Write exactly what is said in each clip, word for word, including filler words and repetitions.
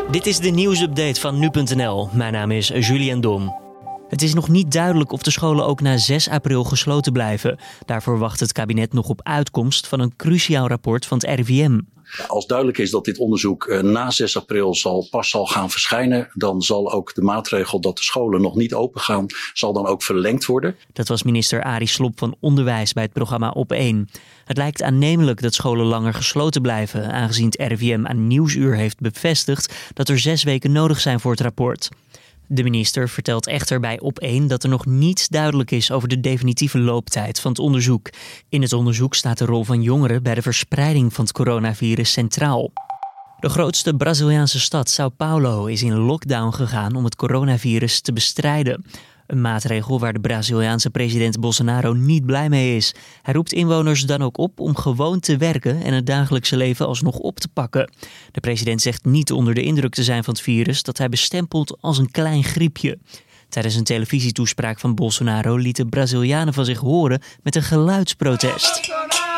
Dit is de nieuwsupdate van nu punt n l. Mijn naam is Julian Dom. Het is nog niet duidelijk of de scholen ook na zes april gesloten blijven. Daarvoor wacht het kabinet nog op uitkomst van een cruciaal rapport van het R I V M. Als duidelijk is dat dit onderzoek uh, na zes april zal, pas zal gaan verschijnen, dan zal ook de maatregel dat de scholen nog niet open gaan, zal dan ook verlengd worden. Dat was minister Arie Slob van Onderwijs bij het programma Op één. Het lijkt aannemelijk dat scholen langer gesloten blijven, aangezien het R I V M aan Nieuwsuur heeft bevestigd dat er zes weken nodig zijn voor het rapport. De minister vertelt echter bij Op één dat er nog niets duidelijk is over de definitieve looptijd van het onderzoek. In het onderzoek staat de rol van jongeren bij de verspreiding van het coronavirus centraal. De grootste Braziliaanse stad, São Paulo, is in lockdown gegaan om het coronavirus te bestrijden. Een maatregel waar de Braziliaanse president Bolsonaro niet blij mee is. Hij roept inwoners dan ook op om gewoon te werken en het dagelijkse leven alsnog op te pakken. De president zegt niet onder de indruk te zijn van het virus dat hij bestempelt als een klein griepje. Tijdens een televisietoespraak van Bolsonaro lieten Brazilianen van zich horen met een geluidsprotest.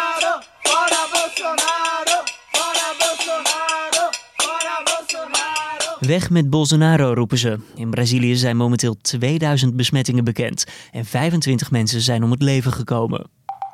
Weg met Bolsonaro, roepen ze. In Brazilië zijn momenteel tweeduizend besmettingen bekend en vijfentwintig mensen zijn om het leven gekomen.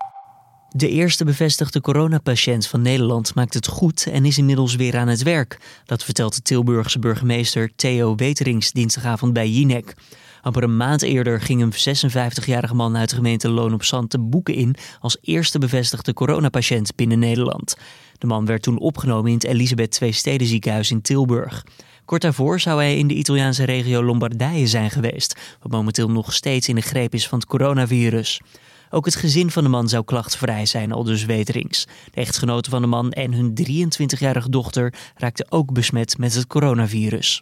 De eerste bevestigde coronapatiënt van Nederland maakt het goed en is inmiddels weer aan het werk. Dat vertelt de Tilburgse burgemeester Theo Weterings dinsdagavond bij Jinek. Amper een maand eerder ging een zesenvijftigjarige man uit de gemeente Loon op Zand de boeken in als eerste bevestigde coronapatiënt binnen Nederland. De man werd toen opgenomen in het Elisabeth Twee-Steden ziekenhuis in Tilburg. Kort daarvoor zou hij in de Italiaanse regio Lombardije zijn geweest, wat momenteel nog steeds in de greep is van het coronavirus. Ook het gezin van de man zou klachtvrij zijn, aldus Weterings. De echtgenote van de man en hun drieëntwintigjarige dochter raakten ook besmet met het coronavirus.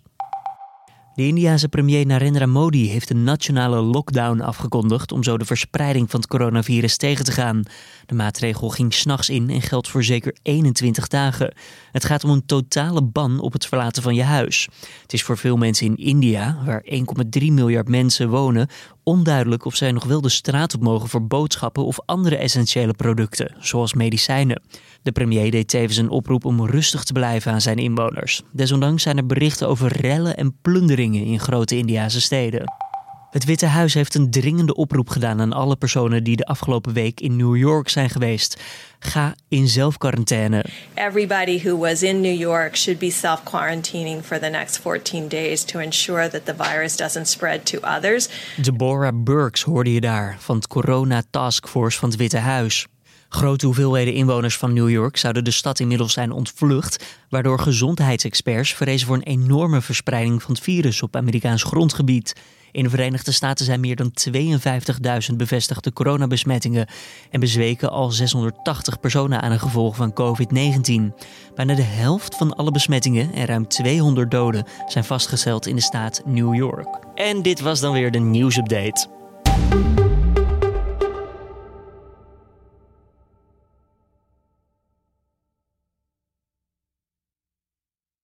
De Indiase premier Narendra Modi heeft een nationale lockdown afgekondigd om zo de verspreiding van het coronavirus tegen te gaan. De maatregel ging 's nachts in en geldt voor zeker eenentwintig dagen. Het gaat om een totale ban op het verlaten van je huis. Het is voor veel mensen in India, waar één komma drie miljard mensen wonen, onduidelijk of zij nog wel de straat op mogen voor boodschappen of andere essentiële producten, zoals medicijnen. De premier deed tevens een oproep om rustig te blijven aan zijn inwoners. Desondanks zijn er berichten over rellen en plunderingen in grote Indiase steden. Het Witte Huis heeft een dringende oproep gedaan aan alle personen die de afgelopen week in New York zijn geweest. Ga in zelfquarantaine. Everybody who was in New York should be self-quarantining for the next fourteen days to ensure that the virus doesn't spread to others. Deborah Birx hoorde je daar, van het Corona Task Force van het Witte Huis. Grote hoeveelheden inwoners van New York zouden de stad inmiddels zijn ontvlucht, waardoor gezondheidsexperts vrezen voor een enorme verspreiding van het virus op Amerikaans grondgebied. In de Verenigde Staten zijn meer dan tweeënvijftigduizend bevestigde coronabesmettingen en bezweken al zeshonderdtachtig personen aan een gevolg van covid negentien. Bijna de helft van alle besmettingen en ruim tweehonderd doden zijn vastgesteld in de staat New York. En dit was dan weer de nieuwsupdate.